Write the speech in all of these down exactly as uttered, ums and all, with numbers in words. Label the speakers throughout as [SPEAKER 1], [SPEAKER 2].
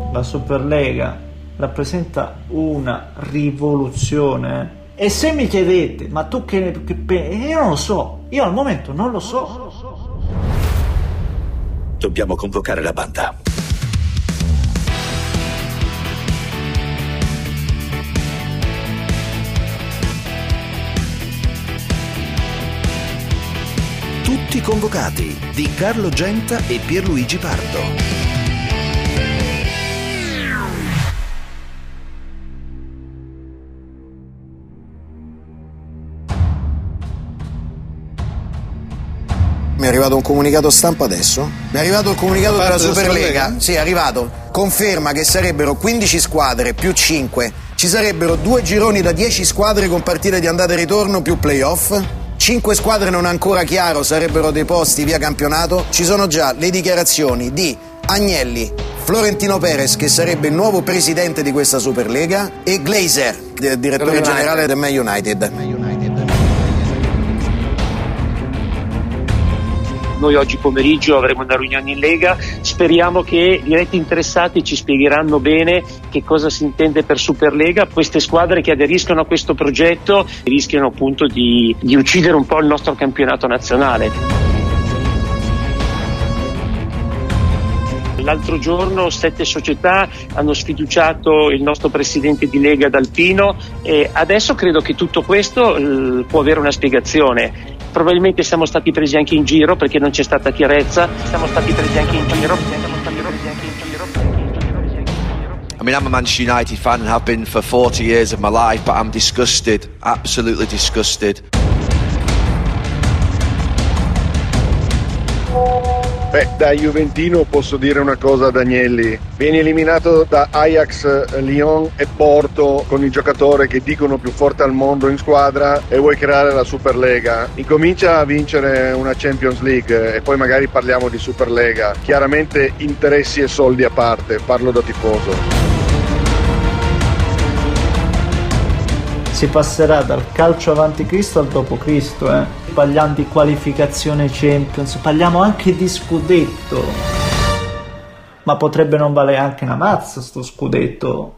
[SPEAKER 1] la Superlega rappresenta una rivoluzione. E se mi chiedete, ma tu che, che io non lo so, io al momento non lo so.
[SPEAKER 2] Dobbiamo convocare la banda. Tutti convocati di Carlo Genta e Pierluigi Pardo.
[SPEAKER 3] Mi è arrivato un comunicato stampa adesso? Mi è arrivato il comunicato della Superlega? Sì, è arrivato. Conferma che sarebbero quindici squadre più cinque. Ci sarebbero due gironi da dieci squadre con partite di andata e ritorno più playoff. cinque squadre non è ancora chiaro, sarebbero dei posti via campionato. Ci sono già le dichiarazioni di Agnelli, Florentino Perez, che sarebbe il nuovo presidente di questa Superlega, e Glazer, direttore generale del Man United.
[SPEAKER 4] Noi oggi pomeriggio avremo una riunione in Lega, speriamo che i diretti interessati ci spiegheranno bene che cosa si intende per Superlega. Queste squadre che aderiscono a questo progetto rischiano appunto di, di uccidere un po' il nostro campionato nazionale. L'altro giorno sette società hanno sfiduciato il nostro presidente di Lega D'Alpino e adesso credo che tutto questo eh, può avere una spiegazione. Probabilmente siamo stati presi anche in giro perché non c'è stata chiarezza, siamo stati presi anche in giro, siamo stati presi anche in giro.
[SPEAKER 5] I mean, I'm a Manchester United fan and have been for forty years of my life, but I'm disgusted, absolutely disgusted.
[SPEAKER 6] Beh, da Juventino posso dire una cosa ad Agnelli: vieni eliminato da Ajax, Lyon e Porto con il giocatore che dicono più forte al mondo in squadra e vuoi creare la Superlega. Incomincia a vincere una Champions League e poi magari parliamo di Superlega. Chiaramente interessi e soldi a parte, parlo da tifoso.
[SPEAKER 1] Si passerà dal calcio avanti Cristo al dopo Cristo, eh. Parliamo di qualificazione Champions, parliamo anche di scudetto. Ma potrebbe non valere anche una mazza sto scudetto.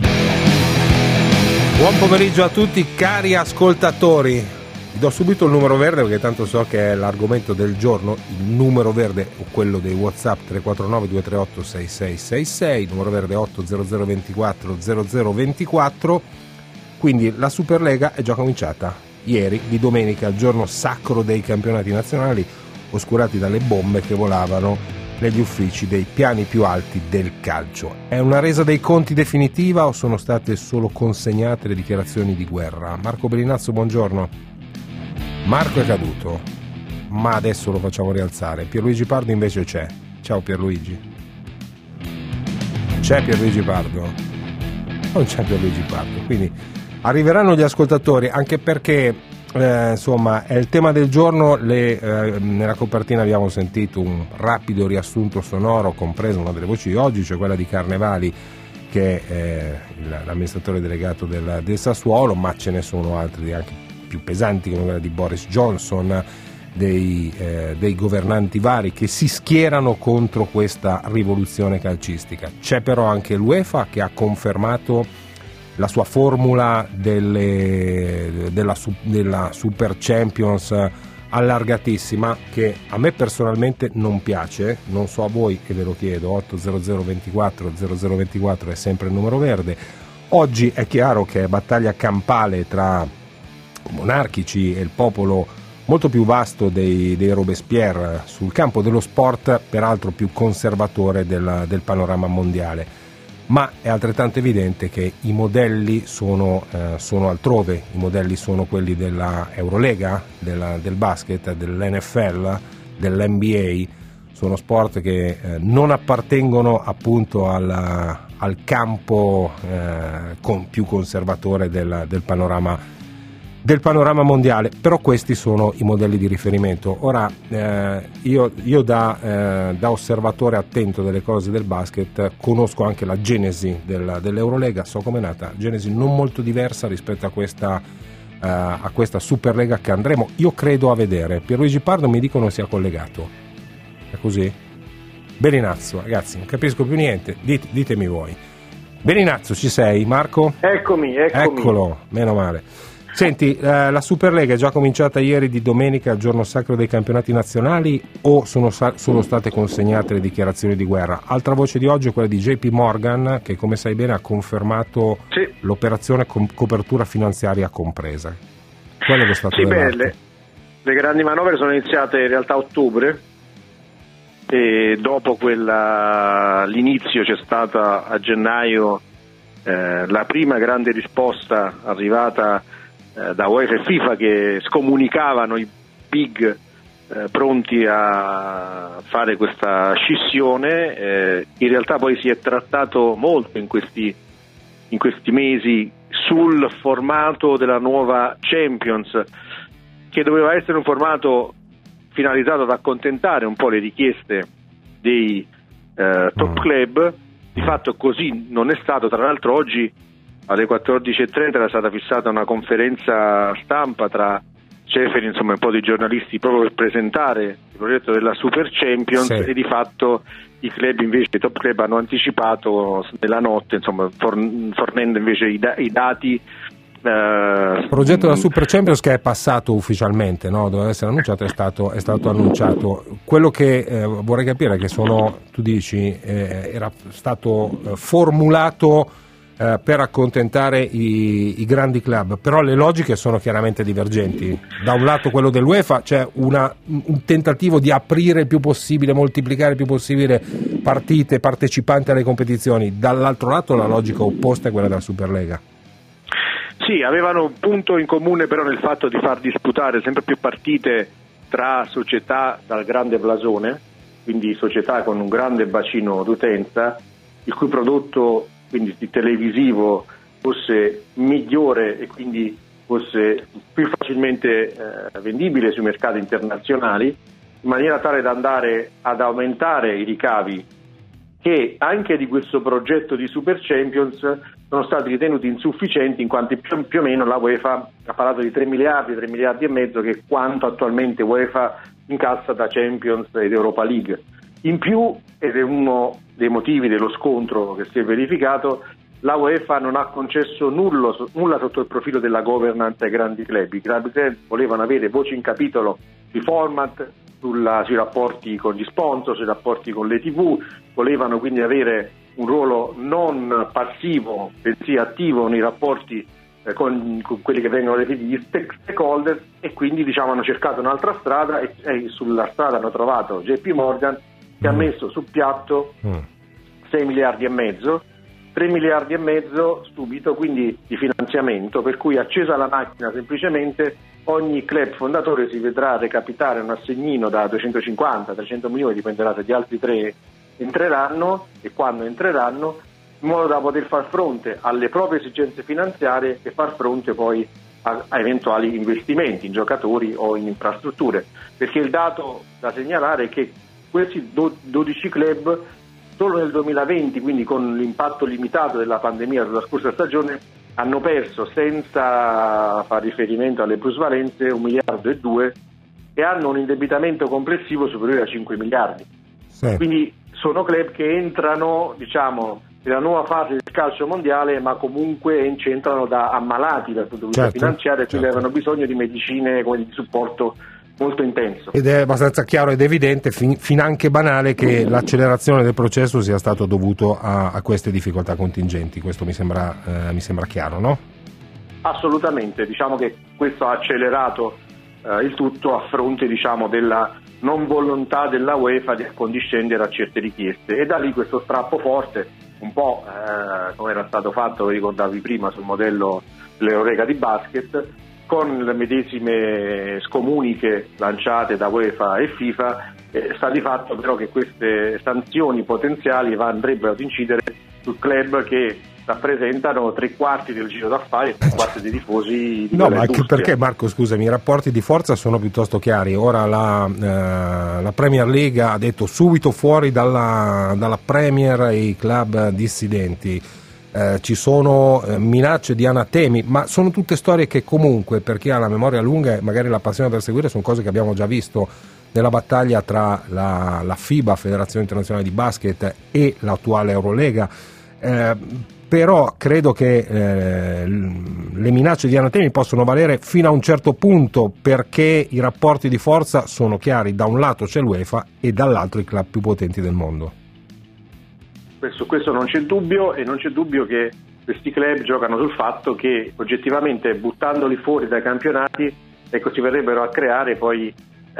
[SPEAKER 7] Buon pomeriggio a tutti cari ascoltatori. Vi do subito il numero verde perché tanto so che è l'argomento del giorno, il numero verde o quello dei WhatsApp tre quattro nove due tre otto sei sei sei sei, numero verde otto zero zero due quattro zero zero due quattro. Quindi la Superlega è già cominciata ieri di domenica, il giorno sacro dei campionati nazionali, oscurati dalle bombe che volavano negli uffici dei piani più alti del calcio. È una resa dei conti definitiva o sono state solo consegnate le dichiarazioni di guerra? Marco Bellinazzo, buongiorno. Marco è caduto, ma adesso lo facciamo rialzare. Pierluigi Pardo invece c'è. Ciao Pierluigi. C'è Pierluigi Pardo? Non c'è Pierluigi Pardo, quindi arriveranno gli ascoltatori, anche perché eh, insomma è il tema del giorno. Le, eh, nella copertina abbiamo sentito un rapido riassunto sonoro, compreso una delle voci di oggi, cioè quella di Carnevali, che è eh, l'amministratore delegato del, del Sassuolo, ma ce ne sono altri anche più pesanti, come quella di Boris Johnson, dei, eh, dei governanti vari che si schierano contro questa rivoluzione calcistica. C'è però anche l'UEFA che ha confermato la sua formula delle, della, della Super Champions allargatissima, che a me personalmente non piace, non so a voi e ve lo chiedo. Otto zero zero due quattro zero zero due quattro è sempre il numero verde. Oggi è chiaro che è battaglia campale tra monarchici e il popolo molto più vasto dei, dei Robespierre sul campo dello sport, peraltro più conservatore del, del panorama mondiale. Ma è altrettanto evidente che i modelli sono, eh, sono altrove, i modelli sono quelli della Eurolega, della, del basket, dell'N F L, dell'N B A, sono sport che eh, non appartengono appunto alla, al campo eh, con, più conservatore del, del panorama del panorama mondiale, però questi sono i modelli di riferimento. Ora eh, io, io da, eh, da osservatore attento delle cose del basket conosco anche la genesi del, dell'Eurolega, so com'è nata, genesi non molto diversa rispetto a questa, eh, a questa Superlega che andremo, io credo, a vedere. Pierluigi Pardo mi dicono sia collegato, è così? Belinazzo, ragazzi, non capisco più niente, Dite, ditemi voi. Belinazzo, ci sei, Marco?
[SPEAKER 8] Eccomi, eccomi.
[SPEAKER 7] Eccolo, meno male. Senti, eh, la Superlega è già cominciata ieri di domenica, il giorno sacro dei campionati nazionali, o sono, sa- sono state consegnate le dichiarazioni di guerra? Altra voce di oggi è quella di J P Morgan, che come sai bene ha confermato
[SPEAKER 8] sì.
[SPEAKER 7] l'operazione con copertura finanziaria compresa. Qual è lo stato
[SPEAKER 8] sì,
[SPEAKER 7] dell'arte?
[SPEAKER 8] Beh, le, le grandi manovre sono iniziate in realtà a ottobre, e dopo quella, l'inizio c'è stata a gennaio eh, la prima grande risposta arrivata da UEFA e FIFA, che scomunicavano i big eh, pronti a fare questa scissione. Eh, in realtà poi si è trattato molto in questi, in questi mesi sul formato della nuova Champions, che doveva essere un formato finalizzato ad accontentare un po' le richieste dei eh, top club. Di fatto così non è stato. Tra l'altro oggi alle quattordici e trenta era stata fissata una conferenza stampa tra Ceferi, insomma un po' di giornalisti, proprio per presentare il progetto della Super Champions, sì. E di fatto i club invece, i top club hanno anticipato nella notte, insomma fornendo invece i, da- i dati.
[SPEAKER 7] Il uh, progetto della Super Champions, che è passato ufficialmente, no? Doveva essere annunciato, è stato, è stato annunciato. Quello che eh, vorrei capire è che sono, tu dici, eh, era stato eh, formulato eh, per accontentare i, i grandi club, però le logiche sono chiaramente divergenti. Da un lato quello dell'UEFA, c'è una, un tentativo di aprire il più possibile, moltiplicare il più possibile partite, partecipanti alle competizioni, dall'altro lato la logica opposta è quella della Superlega.
[SPEAKER 8] Sì, avevano un punto in comune però nel fatto di far disputare sempre più partite tra società dal grande blasone, quindi società con un grande bacino d'utenza, il cui prodotto quindi televisivo fosse migliore e quindi fosse più facilmente eh, vendibile sui mercati internazionali, in maniera tale da andare ad aumentare i ricavi che anche di questo progetto di Super Champions sono stati ritenuti insufficienti, in quanto più, più o meno la UEFA ha parlato di tre miliardi, tre miliardi e mezzo, che è quanto attualmente UEFA incassa da Champions ed Europa League. In più, ed è uno dei motivi dello scontro che si è verificato, la UEFA non ha concesso nullo, nulla sotto il profilo della governance ai grandi club. I grandi club volevano avere voce in capitolo sui format, sulla, sui rapporti con gli sponsor, sui rapporti con le tivù, volevano quindi avere un ruolo non passivo, bensì attivo nei rapporti eh, con, con quelli che vengono definiti gli stakeholder, e quindi diciamo hanno cercato un'altra strada e, e sulla strada hanno trovato J P Morgan, che mm. ha messo sul piatto mm. sei miliardi e mezzo, tre miliardi e mezzo subito quindi di finanziamento, per cui accesa la macchina semplicemente ogni club fondatore si vedrà recapitare un assegnino da duecentocinquanta trecento milioni, dipenderà se gli altri tre entreranno e quando entreranno, in modo da poter far fronte alle proprie esigenze finanziarie e far fronte poi a, a eventuali investimenti in giocatori o in infrastrutture, perché il dato da segnalare è che questi dodici club solo nel duemilaventi, quindi con l'impatto limitato della pandemia sulla scorsa stagione, hanno perso, senza far riferimento alle plusvalenze, un miliardo e due, e hanno un indebitamento complessivo superiore a cinque miliardi. Sì. Quindi sono club che entrano, diciamo, nella nuova fase del calcio mondiale, ma comunque entrano da ammalati dal punto di vista certo, finanziario, e quindi certo. avevano bisogno di medicine, come di supporto molto intenso. Ed
[SPEAKER 7] è abbastanza chiaro ed evidente, fin, fin anche banale, che l'accelerazione del processo sia stato dovuto a, a queste difficoltà contingenti. Questo mi sembra, eh, mi sembra chiaro, no?
[SPEAKER 8] Assolutamente, diciamo che questo ha accelerato eh, il tutto a fronte, diciamo, della non volontà della UEFA di accondiscendere a certe richieste, e da lì questo strappo forte, un po' eh, come era stato fatto, ricordavi prima, sul modello dell'Eurega di basket, con le medesime scomuniche lanciate da UEFA e FIFA. Eh, sta di fatto però che queste sanzioni potenziali andrebbero ad incidere su club che rappresentano tre quarti del giro d'affari e tre quarti dei tifosi di
[SPEAKER 7] no, ma
[SPEAKER 8] anche
[SPEAKER 7] perché, Marco, scusami, i rapporti di forza sono piuttosto chiari. Ora la, eh, la Premier League ha detto subito fuori dalla, dalla Premier i club dissidenti. Eh, ci sono eh, minacce di anatemi, ma sono tutte storie che comunque, per chi ha la memoria lunga e magari la passione per seguire, sono cose che abbiamo già visto nella battaglia tra la, la FIBA, Federazione Internazionale di Basket, e l'attuale Eurolega. Eh, però credo che eh, le minacce di anatemi possono valere fino a un certo punto, perché i rapporti di forza sono chiari: da un lato c'è l'UEFA e dall'altro i club più potenti del mondo.
[SPEAKER 8] Questo, questo non c'è dubbio, e non c'è dubbio che questi club giocano sul fatto che oggettivamente, buttandoli fuori dai campionati, ecco, si verrebbero a creare poi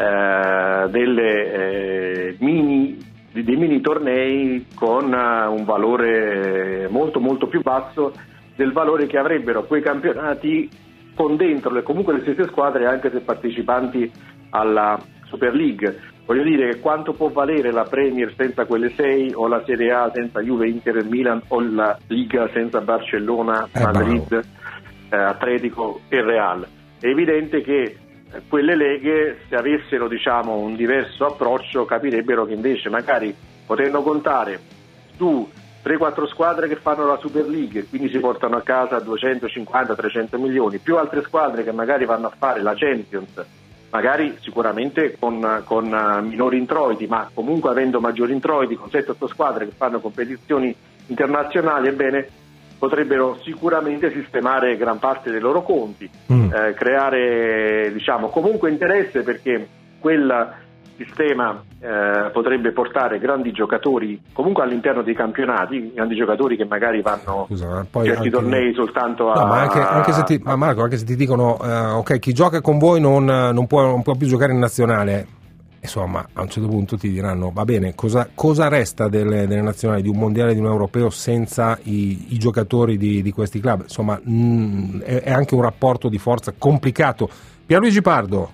[SPEAKER 8] eh, delle eh, mini dei mini tornei con uh, un valore molto molto più basso del valore che avrebbero quei campionati con dentro le, comunque le stesse squadre, anche se partecipanti alla Super League. Voglio dire, che quanto può valere la Premier senza quelle sei, o la Serie A senza Juve, Inter e Milan, o la Liga senza Barcellona,
[SPEAKER 7] eh,
[SPEAKER 8] Madrid, eh, Atletico e Real. È evidente che quelle leghe, se avessero, diciamo, un diverso approccio, capirebbero che invece, magari potendo contare su tre quattro squadre che fanno la Super League, quindi si portano a casa duecentocinquanta trecento milioni, più altre squadre che magari vanno a fare la Champions, magari sicuramente con, con minori introiti, ma comunque avendo maggiori introiti, con sette otto squadre che fanno competizioni internazionali, ebbene potrebbero sicuramente sistemare gran parte dei loro conti, mm. eh, creare, diciamo, comunque interesse, perché quel sistema eh, potrebbe portare grandi giocatori comunque all'interno dei campionati, grandi giocatori che magari vanno
[SPEAKER 7] Scusa, poi
[SPEAKER 8] certi
[SPEAKER 7] anche...
[SPEAKER 8] tornei soltanto a...
[SPEAKER 7] No, ma anche, anche se ti, ma Marco, anche se ti dicono eh, ok, chi gioca con voi non, non, può, non può più giocare in nazionale, insomma, a un certo punto ti diranno: va bene, cosa, cosa resta delle, delle nazionali, di un mondiale, di un europeo, senza i, i giocatori di, di questi club? Insomma, mh, è, è anche un rapporto di forza complicato. Pierluigi Pardo.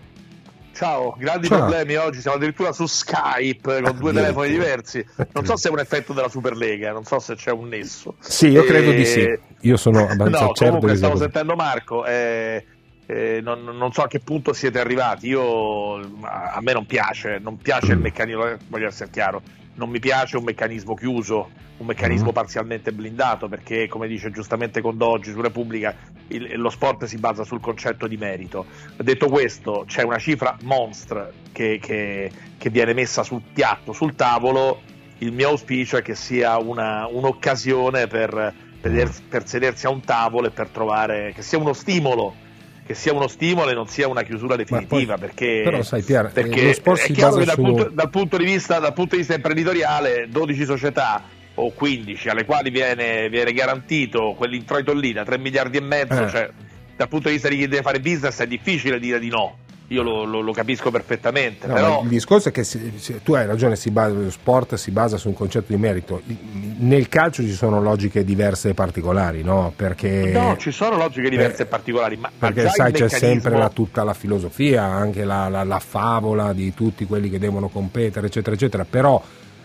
[SPEAKER 9] Ciao, grandi
[SPEAKER 7] Ciao.
[SPEAKER 9] Problemi oggi, siamo addirittura su Skype con due telefoni diversi. Non so se è un effetto della Superlega, non so se c'è un nesso.
[SPEAKER 7] Sì, io
[SPEAKER 9] e...
[SPEAKER 7] credo di sì. Io sono abbastanza
[SPEAKER 9] no,
[SPEAKER 7] certo
[SPEAKER 9] comunque
[SPEAKER 7] di
[SPEAKER 9] stavo
[SPEAKER 7] sì.
[SPEAKER 9] sentendo Marco, eh, eh, non, non so a che punto siete arrivati. Io, a me non piace, non piace mm. il meccanismo, voglio essere chiaro, non mi piace un meccanismo chiuso, un meccanismo mm. parzialmente blindato, perché, come dice giustamente Condò oggi su Repubblica, il, lo sport si basa sul concetto di merito. Detto questo, c'è una cifra monstra che, che, che viene messa sul piatto, sul tavolo. Il mio auspicio è che sia una, un'occasione per, per, per sedersi a un tavolo e per trovare, che sia uno stimolo che sia uno stimolo e non sia una chiusura definitiva, poi, perché,
[SPEAKER 7] però sai Pier,
[SPEAKER 9] perché
[SPEAKER 7] lo sport
[SPEAKER 9] è
[SPEAKER 7] si
[SPEAKER 9] chiaro
[SPEAKER 7] basa
[SPEAKER 9] che dal,
[SPEAKER 7] su...
[SPEAKER 9] punto, dal, punto di vista, dal punto di vista imprenditoriale dodici società o quindici alle quali viene, viene garantito quell'introito lì da tre miliardi e mezzo, eh. cioè, dal punto di vista di chi deve fare business è difficile dire di no. Io lo, lo, lo capisco perfettamente,
[SPEAKER 7] no,
[SPEAKER 9] però...
[SPEAKER 7] il discorso è che si, si, tu hai ragione, si basa, lo sport si basa su un concetto di merito. Nel calcio ci sono logiche diverse e particolari, no? Perché
[SPEAKER 9] no, ci sono logiche diverse eh, e particolari, ma
[SPEAKER 7] perché
[SPEAKER 9] ma
[SPEAKER 7] sai c'è
[SPEAKER 9] meccanismo...
[SPEAKER 7] sempre la, tutta la filosofia, anche la, la, la favola di tutti quelli che devono competere, eccetera, eccetera. Però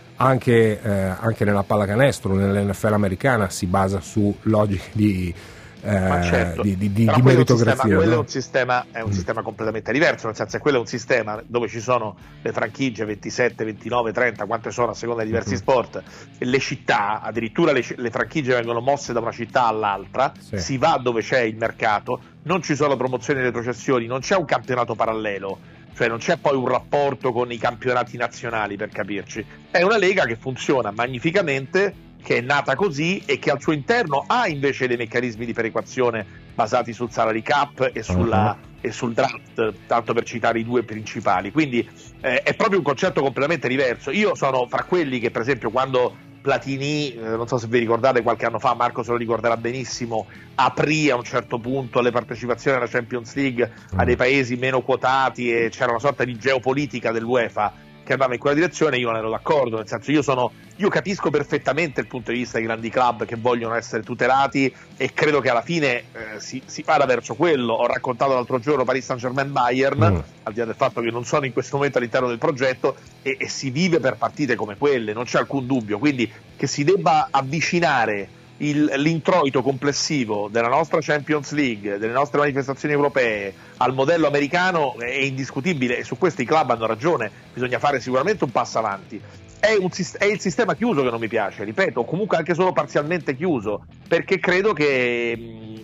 [SPEAKER 7] anche, eh, anche nella pallacanestro, nell'N F L americana, si basa su logiche di
[SPEAKER 9] Ma certo.
[SPEAKER 7] di, di, di
[SPEAKER 9] quello
[SPEAKER 7] meritocrazia.
[SPEAKER 9] Sistema,
[SPEAKER 7] no?
[SPEAKER 9] quello è un sistema, è un mm. sistema completamente diverso, nel senso che quello è un sistema dove ci sono le franchigie ventisette, ventinove, trenta, quante sono a seconda di diversi mm. sport, e le città, addirittura le, le franchigie vengono mosse da una città all'altra, sì. si va dove c'è il mercato, non ci sono promozioni e retrocessioni, non c'è un campionato parallelo, cioè non c'è poi un rapporto con i campionati nazionali, per capirci, è una lega che funziona magnificamente, che è nata così e che al suo interno ha invece dei meccanismi di perequazione basati sul salary cap e, sulla, uh-huh. e sul draft, tanto per citare i due principali. Quindi eh, è proprio un concetto completamente diverso. Io sono fra quelli che, per esempio, quando Platini, eh, non so se vi ricordate, qualche anno fa, Marco se lo ricorderà benissimo, aprì a un certo punto le partecipazioni alla Champions League uh-huh. a dei paesi meno quotati e c'era una sorta di geopolitica dell'UEFA che andava in quella direzione. Io non ero d'accordo, nel senso io sono io capisco perfettamente il punto di vista dei grandi club che vogliono essere tutelati e credo che alla fine eh, si, si vada verso quello. Ho raccontato l'altro giorno Paris Saint-Germain Bayern, mm. al di là del fatto che non sono in questo momento all'interno del progetto, e, e si vive per partite come quelle, non c'è alcun dubbio, quindi che si debba avvicinare Il, l'introito complessivo della nostra Champions League, delle nostre manifestazioni europee al modello americano è indiscutibile, e su questo i club hanno ragione, bisogna fare sicuramente un passo avanti. È, un, è il sistema chiuso che non mi piace, ripeto, o comunque anche solo parzialmente chiuso, perché credo che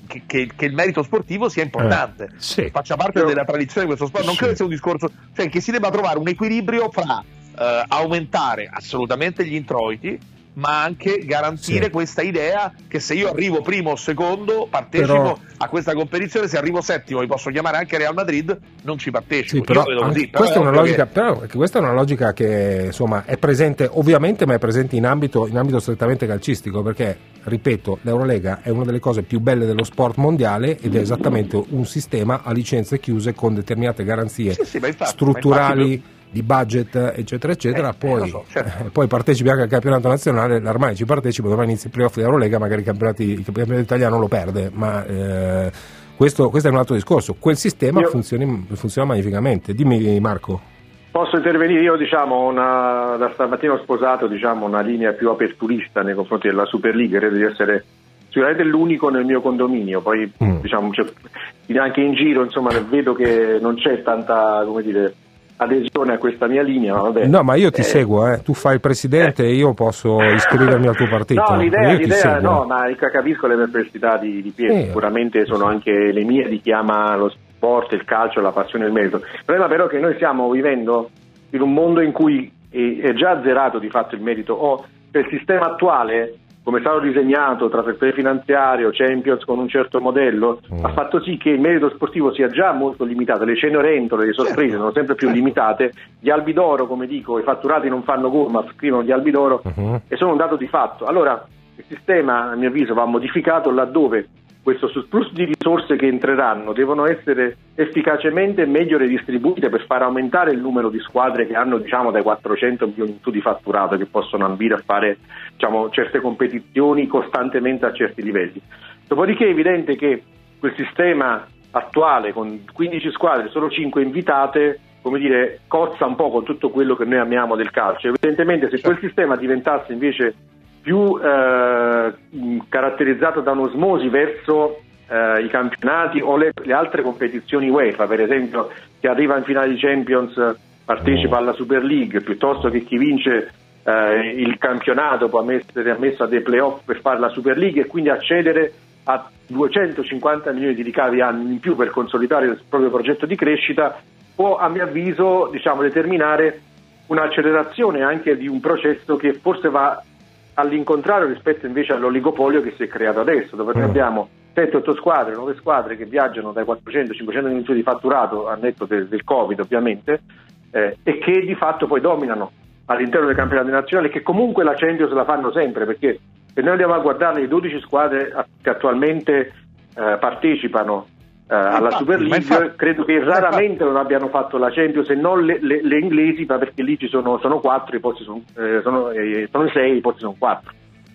[SPEAKER 9] che, che, che il merito sportivo sia importante,
[SPEAKER 7] eh, sì.
[SPEAKER 9] faccia parte Io, della tradizione di questo sport. Non sì. credo sia un discorso, cioè che si debba trovare un equilibrio fra eh, aumentare assolutamente gli introiti, ma anche garantire sì. questa idea che se io arrivo primo o secondo partecipo però, a questa competizione, se arrivo settimo mi posso chiamare anche Real Madrid, non ci partecipo.
[SPEAKER 7] Sì, però, così, però questa, è una logica, che... però questa è una logica che insomma è presente ovviamente, ma è presente in ambito, in ambito strettamente calcistico, perché ripeto, l'Eurolega è una delle cose più belle dello sport mondiale ed è esattamente un sistema a licenze chiuse con determinate garanzie
[SPEAKER 9] sì, sì, ma infatti,
[SPEAKER 7] strutturali,
[SPEAKER 9] ma infatti...
[SPEAKER 7] di budget eccetera eccetera,
[SPEAKER 9] eh,
[SPEAKER 7] poi,
[SPEAKER 9] eh, so, certo.
[SPEAKER 7] eh, poi partecipi anche al campionato nazionale, ormai ci partecipo, domani inizia il playoff di Eurolega, magari il campionato, il campionato italiano lo perde, ma eh, questo, questo è un altro discorso. Quel sistema
[SPEAKER 8] Io...
[SPEAKER 7] funzioni, funziona magnificamente. Dimmi Marco.
[SPEAKER 8] Posso intervenire? Io diciamo una, da stamattina ho sposato diciamo, una linea più aperturista nei confronti della Super League, credo di essere sicuramente l'unico nel mio condominio, poi mm. diciamo cioè, anche in giro insomma vedo che non c'è tanta, come dire, adesione a questa mia linea. Vabbè.
[SPEAKER 7] No, ma io ti
[SPEAKER 8] eh,
[SPEAKER 7] seguo, eh. Tu fai il presidente e eh. io posso iscrivermi al tuo partito.
[SPEAKER 8] No, l'idea, l'idea no, ma capisco le perplessità di, di Pietro, eh. sicuramente sono anche le mie di chi ama lo sport, il calcio, la passione e il merito. Il problema però è che noi stiamo vivendo in un mondo in cui è, è già azzerato di fatto il merito, o per il sistema attuale, come è stato disegnato tra settore finanziario, Champions con un certo modello, mm. ha fatto sì che il merito sportivo sia già molto limitato, le cenerentole, le sorprese certo. sono sempre più certo. limitate, gli albi d'oro, come dico, i fatturati non fanno gol ma scrivono gli albi d'oro uh-huh. e sono un dato di fatto. Allora il sistema a mio avviso va modificato laddove questo surplus di risorse che entreranno devono essere efficacemente meglio redistribuite per far aumentare il numero di squadre che hanno diciamo dai quattrocento milioni in su di fatturato, che possono ambire a fare diciamo certe competizioni costantemente a certi livelli. Dopodiché è evidente che quel sistema attuale con quindici squadre, solo cinque invitate, come dire, cozza un po' con tutto quello che noi amiamo del calcio. Evidentemente se quel sistema diventasse invece più eh, caratterizzato da un'osmosi verso eh, i campionati o le, le altre competizioni UEFA, per esempio chi arriva in finale di Champions partecipa alla Super League, piuttosto che chi vince eh, il campionato può essere ammesso a dei playoff per fare la Super League e quindi accedere a duecentocinquanta milioni di ricavi anni in più per consolidare il proprio progetto di crescita, può a mio avviso diciamo determinare un'accelerazione anche di un processo che forse va all'incontrario rispetto invece all'oligopolio che si è creato adesso, dove noi abbiamo sette otto squadre, nove squadre che viaggiano dai quattrocento cinquecento milioni di fatturato a netto del, del Covid ovviamente eh, e che di fatto poi dominano all'interno dei campionati nazionali, che comunque la Champions la fanno sempre, perché se noi andiamo a guardare le dodici squadre che attualmente eh, partecipano eh, alla infatti, Super League, infatti, credo che raramente non abbiano fatto la Champions, se non le, le, le inglesi, ma perché lì ci sono, sono quattro, i posti sono, eh, sono, eh, sono sei, i posti sono quattro.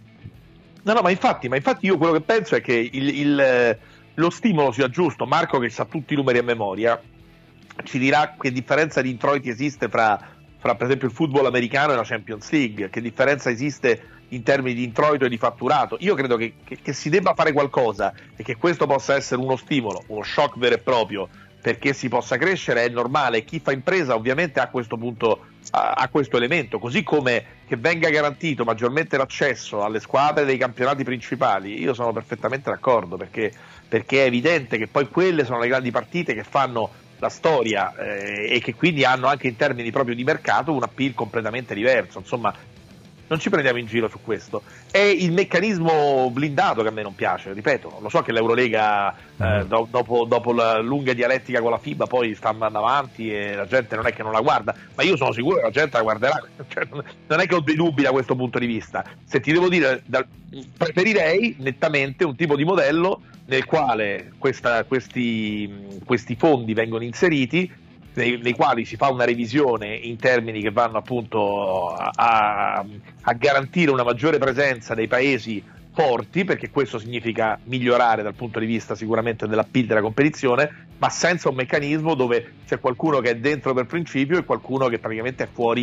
[SPEAKER 9] No, no, ma infatti, ma infatti io quello che penso è che il, il, lo stimolo sia giusto. Marco, che sa tutti i numeri a memoria, ci dirà che differenza di introiti esiste fra, fra per esempio il football americano e la Champions League, che differenza esiste in termini di introito e di fatturato. Io credo che, che, che si debba fare qualcosa e che questo possa essere uno stimolo, uno shock vero e proprio perché si possa crescere, è normale. Chi fa impresa ovviamente ha questo punto, ha, ha questo elemento, così come che venga garantito maggiormente l'accesso alle squadre dei campionati principali. Io sono perfettamente d'accordo, perché, perché è evidente che poi quelle sono le grandi partite che fanno la storia eh, e che quindi hanno anche in termini proprio di mercato un appeal completamente diverso. Insomma, non ci prendiamo in giro su questo. È il meccanismo blindato che a me non piace, ripeto. Lo so che l'Eurolega eh, do, dopo, dopo la lunga dialettica con la FIBA poi sta andando avanti e la gente non è che non la guarda, ma io sono sicuro che la gente la guarderà, cioè, non è che ho dei dubbi da questo punto di vista. Se ti devo dire, da, preferirei nettamente un tipo di modello nel quale questa, questi, questi fondi vengono inseriti, Nei, nei quali si fa una revisione in termini che vanno appunto a, a garantire una maggiore presenza dei paesi forti, perché questo significa migliorare dal punto di vista sicuramente dell'appeal della competizione, ma senza un meccanismo dove c'è qualcuno che è dentro per principio e qualcuno che praticamente è fuori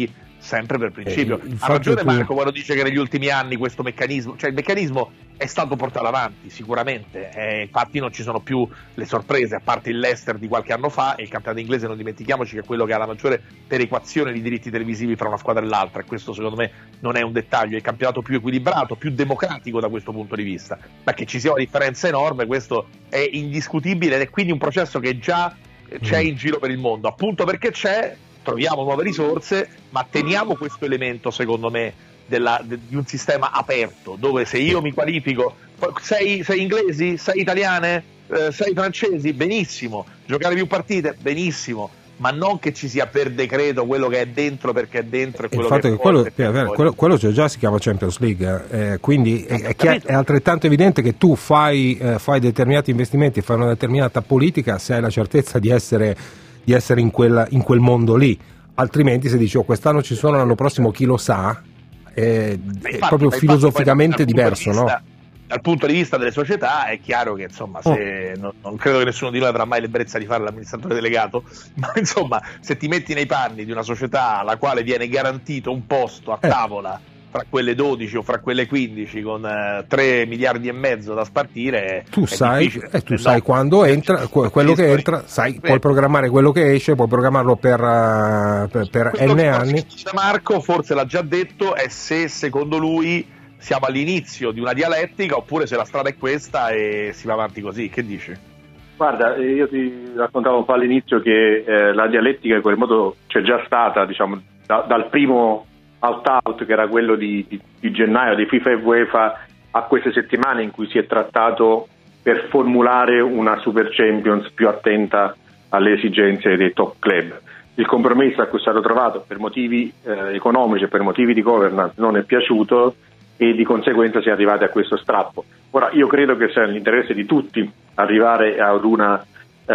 [SPEAKER 9] sempre per principio.
[SPEAKER 7] Eh,
[SPEAKER 9] ha ragione
[SPEAKER 7] tu...
[SPEAKER 9] Marco quando dice che negli ultimi anni questo meccanismo, cioè il meccanismo è stato portato avanti sicuramente, eh, infatti non ci sono più le sorprese, a parte il Leicester di qualche anno fa, e il campionato inglese non dimentichiamoci che è quello che ha la maggiore perequazione di diritti televisivi fra una squadra e l'altra, e questo secondo me non è un dettaglio, è il campionato più equilibrato, più democratico da questo punto di vista, ma che ci sia una differenza enorme questo è indiscutibile, ed è quindi un processo che già c'è in giro per il mondo, appunto perché c'è, troviamo nuove risorse, ma teniamo questo elemento secondo me della, de, di un sistema aperto, dove se io mi qualifico, sei, sei inglesi, sei italiane, eh, sei francesi, benissimo, giocare più partite, benissimo, ma non che ci sia per decreto quello che è dentro perché è dentro e quello
[SPEAKER 7] il fatto
[SPEAKER 9] che
[SPEAKER 7] è che quello, quello, quello, quello già si chiama Champions League, eh, quindi è, è, chiar- è altrettanto evidente che tu fai, eh, fai determinati investimenti, fai una determinata politica se hai la certezza di essere, di essere in, quella, in quel mondo lì, altrimenti se dici oh, quest'anno ci sono, l'anno prossimo chi lo sa, è, infatti, è proprio filosoficamente
[SPEAKER 9] poi,
[SPEAKER 7] diverso,
[SPEAKER 9] vista,
[SPEAKER 7] no?
[SPEAKER 9] Dal punto di vista delle società è chiaro che insomma se, oh. non, non credo che nessuno di noi avrà mai l'ebbrezza di fare l'amministratore delegato, ma insomma se ti metti nei panni di una società alla quale viene garantito un posto a tavola eh. fra quelle dodici o fra quelle quindici con eh, tre miliardi e mezzo da spartire,
[SPEAKER 7] tu sai, eh, tu
[SPEAKER 9] no,
[SPEAKER 7] sai quando entra quello che entra, sai, puoi programmare quello che esce, puoi programmarlo per, uh, per, per n anni.
[SPEAKER 9] Marco forse l'ha già detto, è se secondo lui siamo all'inizio di una dialettica oppure se la strada è questa e si va avanti così. Che dici?
[SPEAKER 8] Guarda, io ti raccontavo un po' all'inizio che eh, la dialettica in quel modo c'è già stata, diciamo, da, dal primo out-out che era quello di, di, di gennaio di FIFA e UEFA a queste settimane in cui si è trattato per formulare una Super Champions più attenta alle esigenze dei top club. Il compromesso a cui è stato trovato per motivi eh, economici e per motivi di governance non è piaciuto e di conseguenza si è arrivati a questo strappo. Ora io credo che sia nell'interesse di tutti arrivare ad una eh,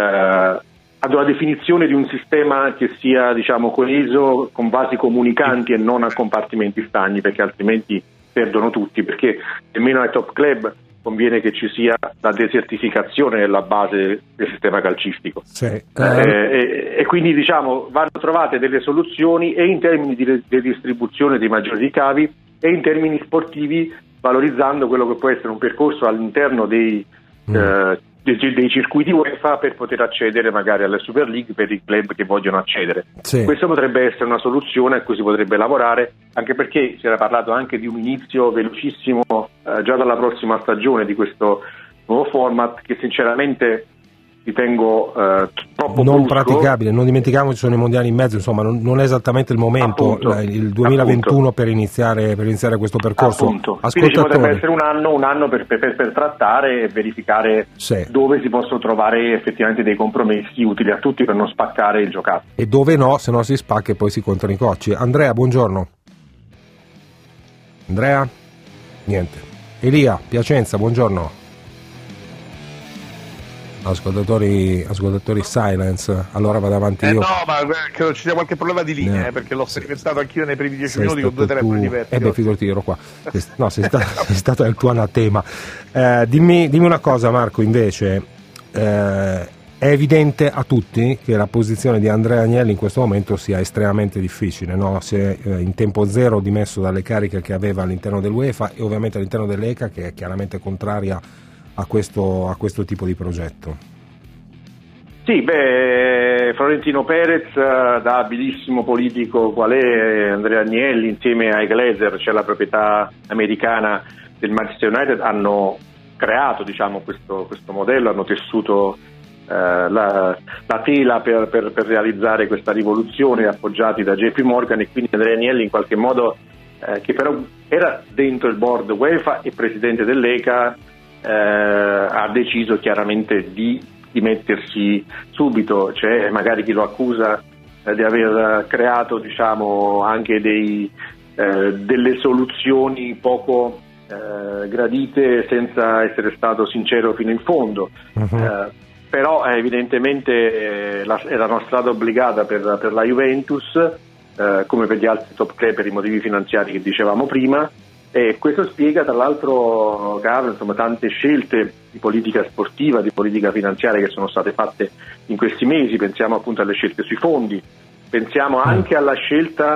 [SPEAKER 8] ad una definizione di un sistema che sia, diciamo, coeso, con basi comunicanti e non a compartimenti stagni, perché altrimenti perdono tutti, perché nemmeno ai top club conviene che ci sia la desertificazione della base del sistema calcistico.
[SPEAKER 7] Sì.
[SPEAKER 8] Eh, e, e quindi diciamo vanno trovate delle soluzioni e in termini di redistribuzione dei maggiori ricavi e in termini sportivi, valorizzando quello che può essere un percorso all'interno dei, mm. eh, dei, dei circuiti UEFA per poter accedere magari alle Super League per i club che vogliono accedere.
[SPEAKER 7] Sì.
[SPEAKER 8] Questa potrebbe essere una soluzione a cui si potrebbe lavorare, anche perché si era parlato anche di un inizio velocissimo eh, già dalla prossima stagione di questo nuovo format che sinceramente ritengo eh, troppo
[SPEAKER 7] non
[SPEAKER 8] brusco.
[SPEAKER 7] praticabile. Non dimentichiamoci, sono i mondiali in mezzo, insomma non, non è esattamente il momento,
[SPEAKER 8] appunto,
[SPEAKER 7] il duemilaventuno appunto. per iniziare per iniziare questo percorso.
[SPEAKER 8] Appunto. Quindi ci potrebbe essere un anno un anno per, per, per trattare e verificare
[SPEAKER 7] sì.
[SPEAKER 8] dove si possono trovare effettivamente dei compromessi utili a tutti per non spaccare il giocattolo,
[SPEAKER 7] e dove no, se no si spacca e poi si contano i cocci. Andrea, buongiorno. Andrea? Niente. Elia, Piacenza, buongiorno. Ascoltatori, ascoltatori silence, allora vado avanti
[SPEAKER 9] eh
[SPEAKER 7] io.
[SPEAKER 9] No, ma credo ci sia qualche problema di linea,
[SPEAKER 7] no.
[SPEAKER 9] eh, perché l'ho sperimentato anch'io nei primi dieci
[SPEAKER 7] sei
[SPEAKER 9] minuti con due telefoni
[SPEAKER 7] tu...
[SPEAKER 9] diversi.
[SPEAKER 7] Eh beh, figurati, ero qua. No, sei stato, sei stato il tuo anatema. Eh, dimmi, dimmi una cosa, Marco, invece, eh, è evidente a tutti che la posizione di Andrea Agnelli in questo momento sia estremamente difficile, no? Si è eh, in tempo zero dimesso dalle cariche che aveva all'interno dell'UEFA e ovviamente all'interno dell'E C A, che è chiaramente contraria a questo, a questo tipo di progetto.
[SPEAKER 8] Sì, beh, Florentino Perez, da abilissimo politico qual è Andrea Agnelli, insieme ai Glazer, cioè la proprietà americana del Manchester United, hanno creato, diciamo, questo, questo modello, hanno tessuto eh, la, la tela per, per, per realizzare questa rivoluzione, appoggiati da J P Morgan, e quindi Andrea Agnelli in qualche modo, eh, che però era dentro il board UEFA e presidente dell'E C A, Eh, ha deciso chiaramente di, di mettersi subito. C'è magari chi lo accusa eh, di aver creato, diciamo, anche dei, eh, delle soluzioni poco eh, gradite senza essere stato sincero fino in fondo. Uh-huh. eh, però eh, evidentemente eh, la, era una strada obbligata per, per la Juventus, eh, come per gli altri top club, per i motivi finanziari che dicevamo prima. E questo spiega tra l'altro, Carlo, insomma, tante scelte di politica sportiva, di politica finanziaria che sono state fatte in questi mesi. Pensiamo appunto alle scelte sui fondi, pensiamo anche alla scelta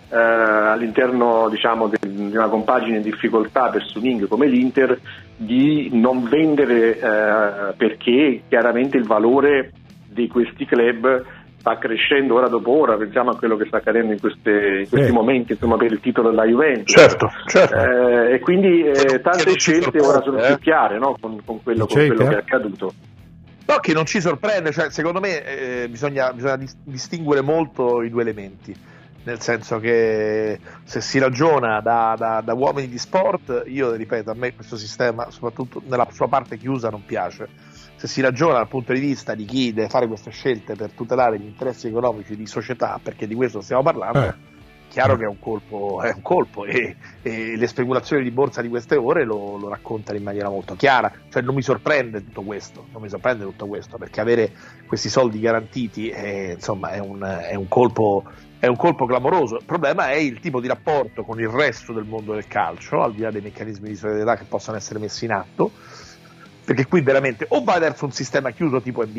[SPEAKER 8] eh, all'interno, diciamo, de- di una compagine in difficoltà per Suning come l'Inter, di non vendere, eh, perché chiaramente il valore di questi club sta crescendo ora dopo ora. Pensiamo a quello che sta accadendo in, queste, in questi sì. momenti, insomma, per il titolo della Juventus.
[SPEAKER 9] Certo, certo.
[SPEAKER 8] Eh, e quindi eh, tante scelte ora sono più chiare, no? con, con quello, con quello che è accaduto.
[SPEAKER 9] No, che non ci sorprende, cioè, secondo me eh, bisogna, bisogna dis- distinguere molto i due elementi, nel senso che se si ragiona da, da, da uomini di sport, io ripeto, a me questo sistema, soprattutto nella sua parte chiusa, non piace. Se si ragiona dal punto di vista di chi deve fare queste scelte per tutelare gli interessi economici di società, perché di questo stiamo parlando, è eh. chiaro che è un colpo, è un colpo e, e le speculazioni di borsa di queste ore lo, lo raccontano in maniera molto chiara. Cioè non mi sorprende tutto questo, non mi sorprende tutto questo, perché avere questi soldi garantiti è, insomma, è un, è un colpo è un colpo clamoroso. Il problema è il tipo di rapporto con il resto del mondo del calcio, al di là dei meccanismi di solidarietà che possono essere messi in atto, perché qui veramente o vai verso un sistema chiuso tipo N B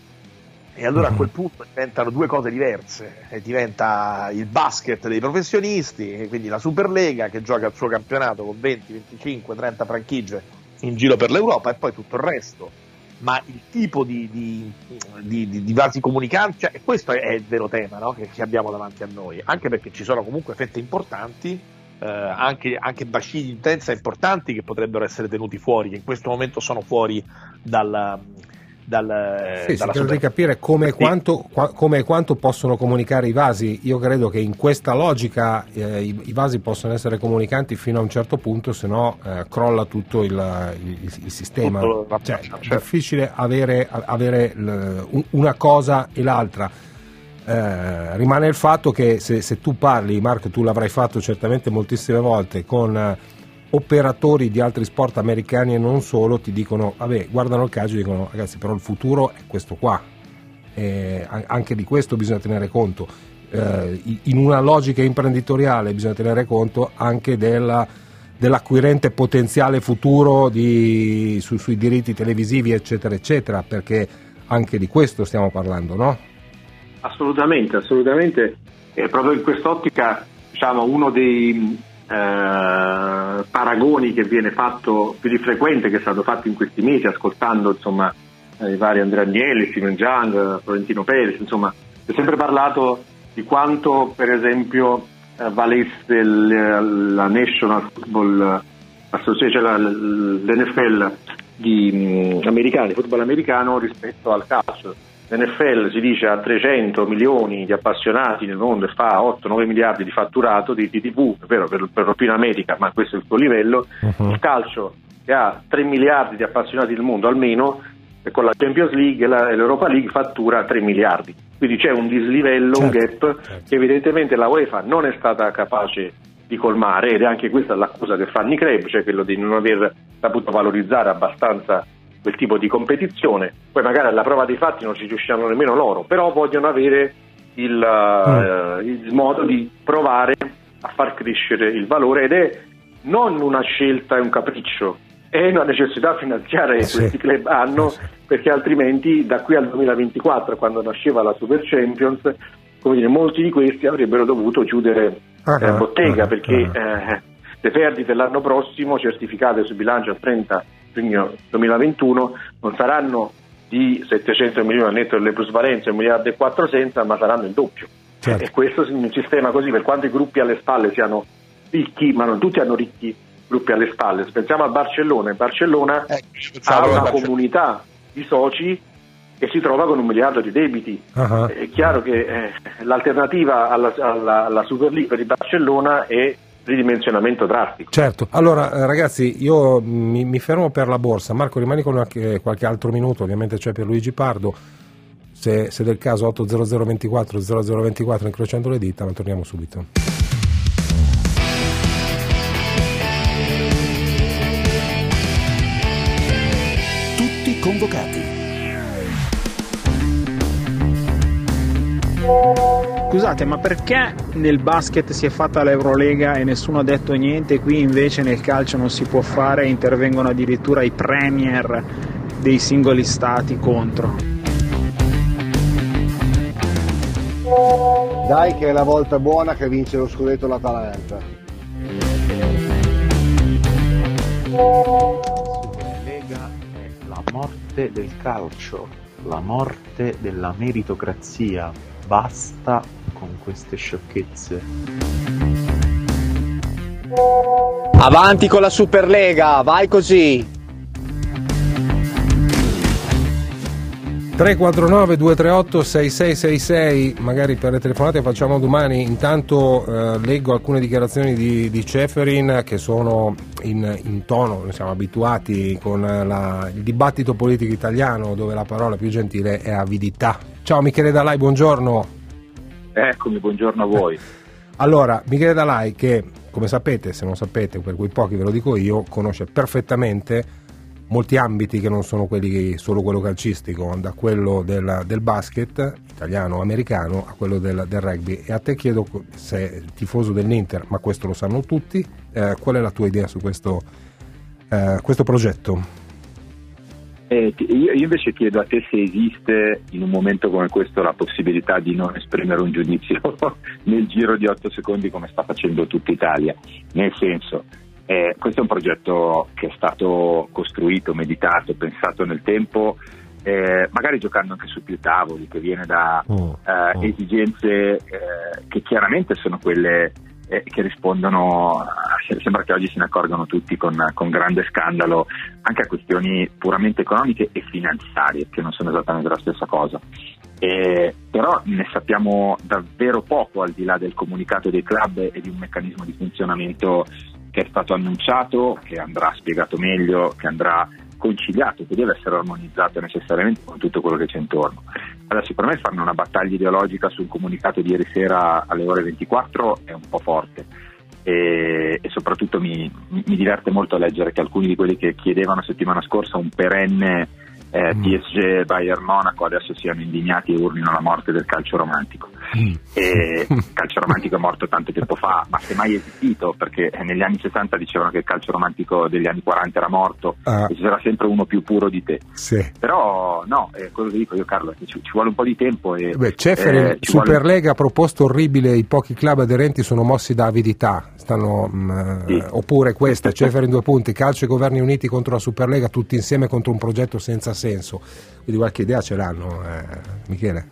[SPEAKER 9] A, e allora a quel punto diventano due cose diverse, e diventa il basket dei professionisti, e quindi la Superlega che gioca il suo campionato con venti, venticinque, trenta franchigie in giro per l'Europa, e poi tutto il resto. Ma il tipo di, di, di, di, di vasi comunicanti, cioè, e questo è il vero tema, no? che, che abbiamo davanti a noi, anche perché ci sono comunque fette importanti, eh, anche, anche bacini di intensa importanti che potrebbero essere tenuti fuori, che in questo momento sono fuori dal... Dal,
[SPEAKER 7] sì, si deve capire come e quanto, qua, come e quanto possono comunicare i vasi. Io credo che in questa logica eh, i, i vasi possono essere comunicanti fino a un certo punto, se no eh, crolla tutto il, il, il sistema. Tutto, cioè, certo. È difficile avere, avere l, una cosa e l'altra. Eh, rimane il fatto che se, se tu parli, Marco, tu l'avrai fatto certamente moltissime volte con operatori di altri sport americani e non solo, ti dicono, vabbè, guardano il calcio e dicono, ragazzi, però il futuro è questo qua, e anche di questo bisogna tenere conto. Eh, in una logica imprenditoriale bisogna tenere conto anche della, dell'acquirente potenziale futuro di, su, sui diritti televisivi, eccetera eccetera, perché anche di questo stiamo parlando, no?
[SPEAKER 8] Assolutamente, assolutamente. Eh, proprio in quest'ottica, diciamo, uno dei Eh, paragoni che viene fatto più di frequente, che è stato fatto in questi mesi, ascoltando, insomma, eh, i vari Andrea Agnelli, Steven Jung, Florentino Perez, insomma, si è sempre parlato di quanto, per esempio, eh, valesse il, la National Football Association, cioè la, l'N F L di mh, americani, football americano, rispetto al calcio. L'N F L si dice ha trecento milioni di appassionati nel mondo e fa otto nove miliardi di fatturato di, di tivù, è vero, per, per lo più in America, ma questo è il suo livello. Uh-huh. Il calcio, che ha tre miliardi di appassionati nel mondo almeno, e con la Champions League e, la, e l'Europa League fattura tre miliardi. Quindi c'è un dislivello, certo, un gap, certo, che evidentemente la UEFA non è stata capace di colmare, ed è anche questa l'accusa che fanno i club, cioè quello di non aver saputo valorizzare abbastanza quel tipo di competizione. Poi magari alla prova dei fatti non ci riusciranno nemmeno loro, però vogliono avere il, mm. uh, il modo di provare a far crescere il valore, ed è non una scelta e un capriccio, è una necessità finanziaria che sì. questi club hanno, sì. perché altrimenti da qui al duemilaventiquattro, quando nasceva la Super Champions, come dire, molti di questi avrebbero dovuto chiudere uh-huh. eh, bottega, uh-huh. perché uh-huh. Eh, le perdite l'anno prossimo, certificate sul bilancio al trenta giugno duemilaventuno, non saranno di settecento milioni al netto delle plusvalenze, un miliardo e quattrocento, ma saranno il doppio. Certo. E questo in un sistema così, per quanto i gruppi alle spalle siano ricchi, ma non tutti hanno ricchi gruppi alle spalle. Pensiamo al Barcellona, il Barcellona eh, ha una Barcellona. comunità di soci che si trova con un miliardo di debiti. Uh-huh. È chiaro che eh, l'alternativa alla, alla, alla Super League per il Barcellona è ridimensionamento drastico.
[SPEAKER 7] Certo, allora ragazzi, io mi, mi fermo per la borsa. Marco, rimani con qualche, qualche altro minuto, ovviamente c'è Pierluigi Pardo, se, se del caso otto zero zero ventiquattro zero zero ventiquattro incrociando le dita, ma torniamo subito.
[SPEAKER 2] Tutti convocati.
[SPEAKER 10] Scusate, ma perché nel basket si è fatta l'Eurolega e nessuno ha detto niente, qui invece nel calcio non si può fare e intervengono addirittura i premier dei singoli stati contro?
[SPEAKER 11] Dai che è la volta buona che vince lo scudetto l'Atalanta.
[SPEAKER 12] Superlega è la morte del calcio, la morte della meritocrazia. Basta con queste sciocchezze.
[SPEAKER 13] Avanti con la Superlega, vai così.
[SPEAKER 7] tre quattro nove due tre otto sei sei sei sei, magari per le telefonate facciamo domani. Intanto eh, leggo alcune dichiarazioni di, di Ceferin che sono in, in tono, noi siamo abituati con la, il dibattito politico italiano dove la parola più gentile è avidità. Ciao Michele Dalai, buongiorno.
[SPEAKER 14] Eccomi, buongiorno a voi.
[SPEAKER 7] Allora, Michele Dalai, che come sapete, se non sapete, per quei pochi ve lo dico io, conosce perfettamente molti ambiti che non sono quelli solo quello calcistico, da quello del, del basket italiano, americano, a quello del, del rugby. E a te chiedo, sei tifoso dell'Inter, ma questo lo sanno tutti, eh, qual è la tua idea su questo, eh, questo progetto?
[SPEAKER 14] Eh, io invece chiedo a te se esiste in un momento come questo la possibilità di non esprimere un giudizio nel giro di otto secondi come sta facendo tutta Italia, nel senso... Eh, questo è un progetto che è stato costruito, meditato, pensato nel tempo, eh, magari giocando anche su più tavoli, che viene da oh, eh, oh. esigenze eh, che chiaramente sono quelle eh, che rispondono, sembra che oggi se ne accorgano tutti con, con grande scandalo, anche a questioni puramente economiche e finanziarie, che non sono esattamente la stessa cosa. Eh, però ne sappiamo davvero poco, al di là del comunicato dei club e di un meccanismo di funzionamento che è stato annunciato, che andrà spiegato meglio, che andrà conciliato, che deve essere armonizzato necessariamente con tutto quello che c'è intorno. Allora, secondo me farne una battaglia ideologica sul comunicato di ieri sera alle ore ventiquattro è un po' forte e, e soprattutto mi, mi diverte molto leggere che alcuni di quelli che chiedevano settimana scorsa un perenne Eh, P S G Bayern Monaco adesso siano indignati e urlino la morte del calcio romantico. Mm. E il calcio romantico è morto tanto tempo fa, ma se mai esistito, perché negli anni sessanta dicevano che il calcio romantico degli anni quaranta era morto ah. e ci sarà sempre uno più puro di te.
[SPEAKER 7] Sì.
[SPEAKER 14] Però no, è quello che dico io, Carlo, ci, ci vuole un po' di tempo e
[SPEAKER 7] Beh, Ceferin, eh, Superlega vuole... ha proposto orribile, i pochi club aderenti sono mossi da avidità. Stanno mh, sì. Oppure questa, Ceferin due punti, calcio e governi uniti contro la Superlega, tutti insieme contro un progetto senza senso. Quindi qualche idea ce l'hanno, eh, Michele?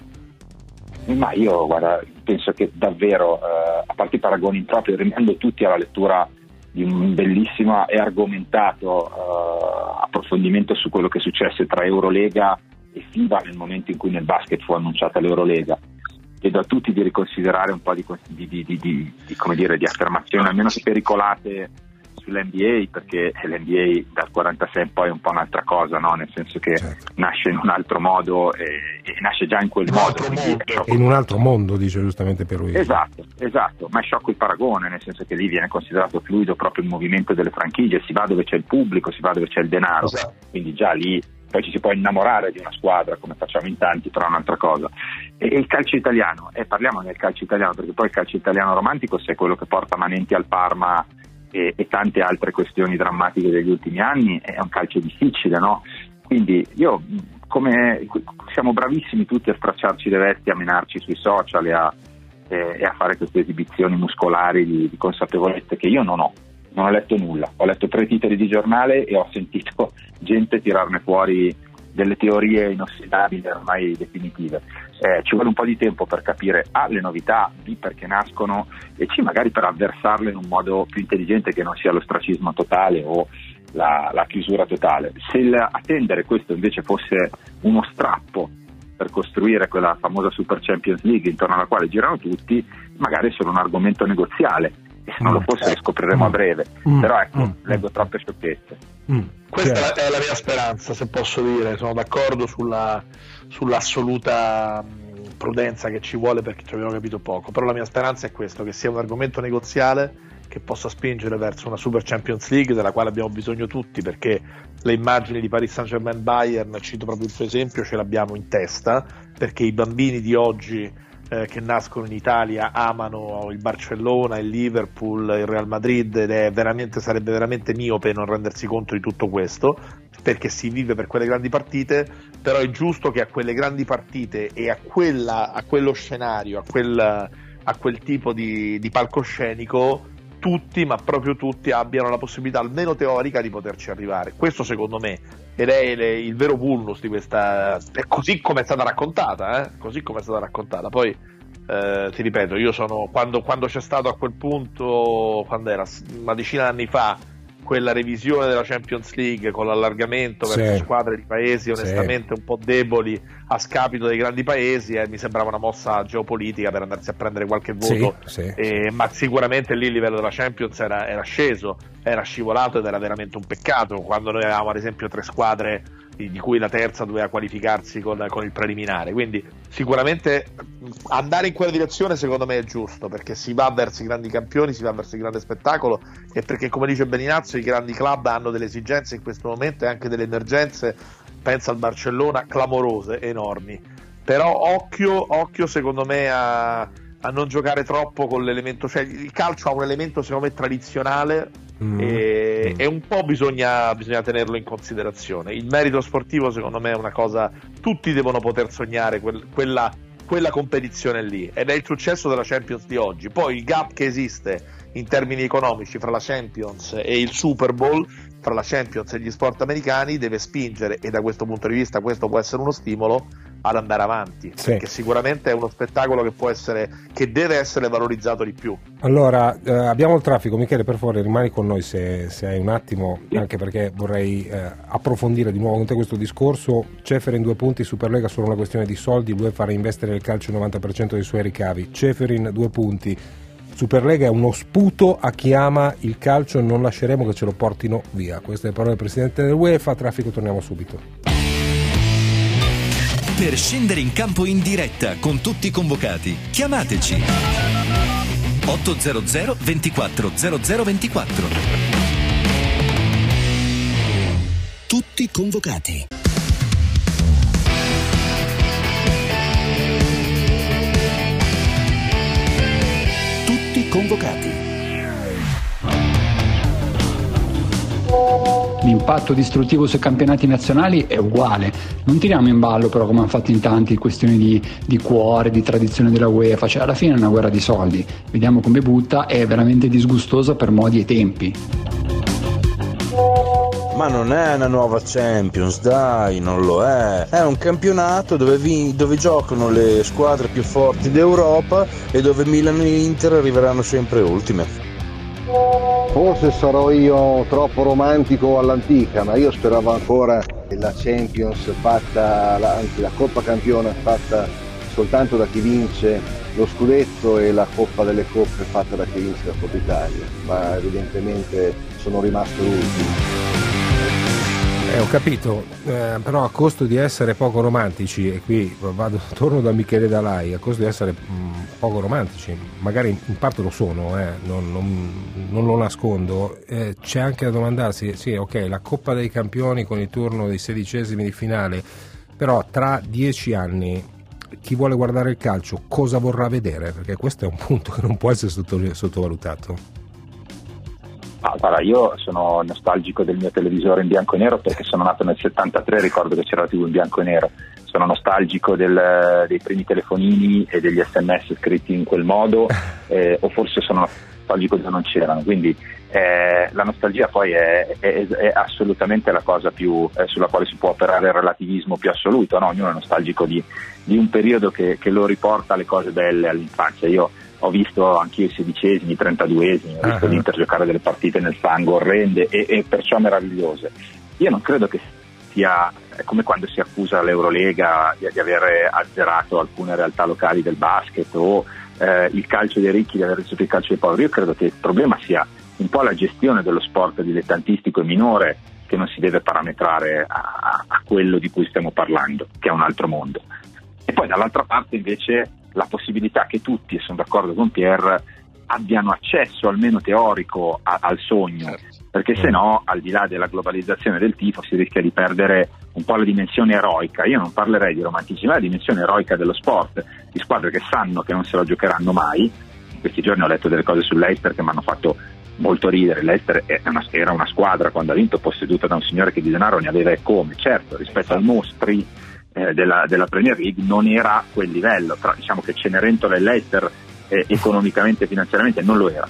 [SPEAKER 14] Ma io guarda, penso che davvero, eh, a parte i paragoni impropri, rimando tutti alla lettura di un bellissimo e argomentato eh, approfondimento su quello che successe tra Eurolega e FIBA nel momento in cui nel basket fu annunciata l'Eurolega. Chiedo a tutti di riconsiderare un po' di, di, di, di, di, di, come dire, di affermazioni almeno spericolate sull'N B A, perché l'N B A dal quarantasei in poi è un po' un'altra cosa, no? Nel senso che certo. nasce in un altro modo e, e nasce già in quel modo.
[SPEAKER 7] E in un altro mondo, dice giustamente Pierluigi.
[SPEAKER 14] Esatto, esatto, ma è sciocco il paragone, nel senso che lì viene considerato fluido proprio il movimento delle franchigie, si va dove c'è il pubblico, si va dove c'è il denaro, esatto. Quindi già lì poi ci si può innamorare di una squadra come facciamo in tanti, però è un'altra cosa. E, e il calcio italiano, e eh, parliamo del calcio italiano, perché poi il calcio italiano romantico, se è quello che porta Manenti al Parma e, e tante altre questioni drammatiche degli ultimi anni, è un calcio difficile, no? Quindi io, come siamo bravissimi tutti a stracciarci le vesti, a menarci sui social e a, e, e a fare queste esibizioni muscolari di, di consapevolezza che io non ho. Non ho letto nulla, ho letto tre titoli di giornale e ho sentito gente tirarne fuori delle teorie inossidabili ormai definitive. Eh, ci vuole un po' di tempo per capire A, le novità, B, perché nascono, e C, magari per avversarle in un modo più intelligente che non sia l'ostracismo totale o la, la chiusura totale. Se il, attendere questo invece fosse uno strappo per costruire quella famosa Super Champions League intorno alla quale girano tutti, magari è solo un argomento negoziale. Se non lo fosse lo scopriremo a breve, mm. però ecco, mm. leggo troppe sciocchezze.
[SPEAKER 9] Mm. Questa certo. è la mia speranza, se posso dire, sono d'accordo sulla, sull'assoluta prudenza che ci vuole, perché ci abbiamo capito poco, però la mia speranza è questo, che sia un argomento negoziale che possa spingere verso una Super Champions League della quale abbiamo bisogno tutti, perché le immagini di Paris Saint-Germain Bayern, cito proprio il suo esempio, ce l'abbiamo in testa, perché i bambini di oggi Eh, che nascono in Italia amano il Barcellona, il Liverpool, il Real Madrid, ed è veramente, sarebbe veramente miope non rendersi conto di tutto questo, perché si vive per quelle grandi partite, però è giusto che a quelle grandi partite e a, quella, a quello scenario, a quel a quel tipo di, di palcoscenico tutti, ma proprio tutti, abbiano la possibilità almeno teorica di poterci arrivare. Questo secondo me ed è le, il vero vulnus di questa, è così come è stata raccontata, eh? così come è stata raccontata. Poi eh, ti ripeto, io sono quando, quando c'è stato a quel punto, quando era una decina di anni fa, quella revisione della Champions League con l'allargamento
[SPEAKER 7] sì.
[SPEAKER 9] verso squadre di paesi onestamente
[SPEAKER 7] sì.
[SPEAKER 9] un po' deboli a scapito dei grandi paesi, eh, mi sembrava una mossa geopolitica per andarsi a prendere qualche voto,
[SPEAKER 7] sì, sì.
[SPEAKER 9] Eh, ma sicuramente lì il livello della Champions era, era sceso, era scivolato ed era veramente un peccato quando noi avevamo ad esempio tre squadre di cui la terza doveva qualificarsi con, con il preliminare, quindi sicuramente andare in quella direzione secondo me è giusto, perché si va verso i grandi campioni, si va verso il grande spettacolo, e perché come dice Beninazzo i grandi club hanno delle esigenze in questo momento e anche delle emergenze, pensa al Barcellona, clamorose, enormi, però occhio, occhio secondo me a, a non giocare troppo con l'elemento, cioè il calcio ha un elemento secondo me tradizionale mm. e, mm. e un po' bisogna, bisogna tenerlo in considerazione. Il merito sportivo secondo me è una cosa, tutti devono poter sognare quel, quella, quella competizione lì, ed è il successo della Champions di oggi. Poi il gap che esiste in termini economici fra la Champions e il Super Bowl, fra la Champions e gli sport americani, deve spingere, e da questo punto di vista questo può essere uno stimolo ad andare avanti, sì. perché sicuramente è uno spettacolo che può essere, che deve essere valorizzato di più.
[SPEAKER 7] Allora eh, abbiamo il traffico, Michele, per favore rimani con noi se, se hai un attimo, anche perché vorrei eh, approfondire di nuovo con te questo discorso. Ceferin due punti, Superlega solo una questione di soldi, l'UEFA reinvestere nel calcio il novanta per cento dei suoi ricavi. Ceferin due punti, Superlega è uno sputo a chi ama il calcio, non lasceremo che ce lo portino via. Queste le parole del presidente dell'UEFA. Traffico, torniamo subito.
[SPEAKER 15] Per scendere in campo in diretta con tutti i convocati, chiamateci ottocento ventiquattro zero zero ventiquattro.
[SPEAKER 2] Tutti convocati. Tutti convocati.
[SPEAKER 16] L'impatto distruttivo sui campionati nazionali è uguale, non tiriamo in ballo però come hanno fatto in tanti questioni di, di cuore, di tradizione della UEFA, cioè alla fine è una guerra di soldi, vediamo come butta, è veramente disgustosa per modi e tempi.
[SPEAKER 17] Ma non è una nuova Champions, dai, non lo è. È un campionato dove, vi, dove giocano le squadre più forti d'Europa e dove Milan e Inter arriveranno sempre ultime.
[SPEAKER 11] Forse sarò io troppo romantico all'antica, ma io speravo ancora la Champions fatta, anzi la Coppa Campione fatta soltanto da chi vince lo scudetto e la Coppa delle Coppe fatta da chi vince la Coppa Italia, ma evidentemente sono rimasto l'ultimo.
[SPEAKER 7] Eh, ho capito, eh, però a costo di essere poco romantici, e qui vado, torno da Michele Dalai, a costo di essere mh, poco romantici, magari in parte lo sono, eh, non, non, non lo nascondo, eh, c'è anche da domandarsi, sì ok, la Coppa dei Campioni con il turno dei sedicesimi di finale, però tra dieci anni chi vuole guardare il calcio cosa vorrà vedere? Perché questo è un punto che non può essere sottovalutato.
[SPEAKER 14] Ah, guarda, io sono nostalgico del mio televisore in bianco e nero perché sono nato nel settantatré, ricordo che c'era la tivù in bianco e nero. Sono nostalgico del, dei primi telefonini e degli sms scritti in quel modo, eh, o forse sono nostalgico che non c'erano, quindi eh, la nostalgia poi è, è, è assolutamente la cosa più eh, sulla quale si può operare il relativismo più assoluto, no? Ognuno è nostalgico di, di un periodo che, che lo riporta alle cose belle all'infanzia. Io ho visto anch'io i sedicesimi, i trentaduesimi, ho visto uh-huh. l'Inter giocare delle partite nel fango orrende e, e perciò meravigliose. Io non credo che sia è come quando si accusa l'Eurolega di, di aver azzerato alcune realtà locali del basket o eh, il calcio dei ricchi di aver risolto il calcio dei poveri. Io credo che il problema sia un po' la gestione dello sport dilettantistico e minore, che non si deve parametrare a, a quello di cui stiamo parlando, che è un altro mondo. E poi dall'altra parte invece la possibilità che tutti, e sono d'accordo con Pierre, abbiano accesso almeno teorico a, al sogno, perché se no, al di là della globalizzazione del tifo, si rischia di perdere un po' la dimensione eroica. Io non parlerei di romanticismo, la dimensione eroica dello sport, di squadre che sanno che non se la giocheranno mai. In questi giorni ho letto delle cose sull'Leicester che mi hanno fatto molto ridere. L'Leicester è una, era una squadra, quando ha vinto, posseduta da un signore che di denaro ne aveva e come. Certo, rispetto ai mostri eh, della, della Premier League non era a quel livello. Tra, diciamo che Cenerentola e Leicester eh, economicamente e finanziariamente non lo era.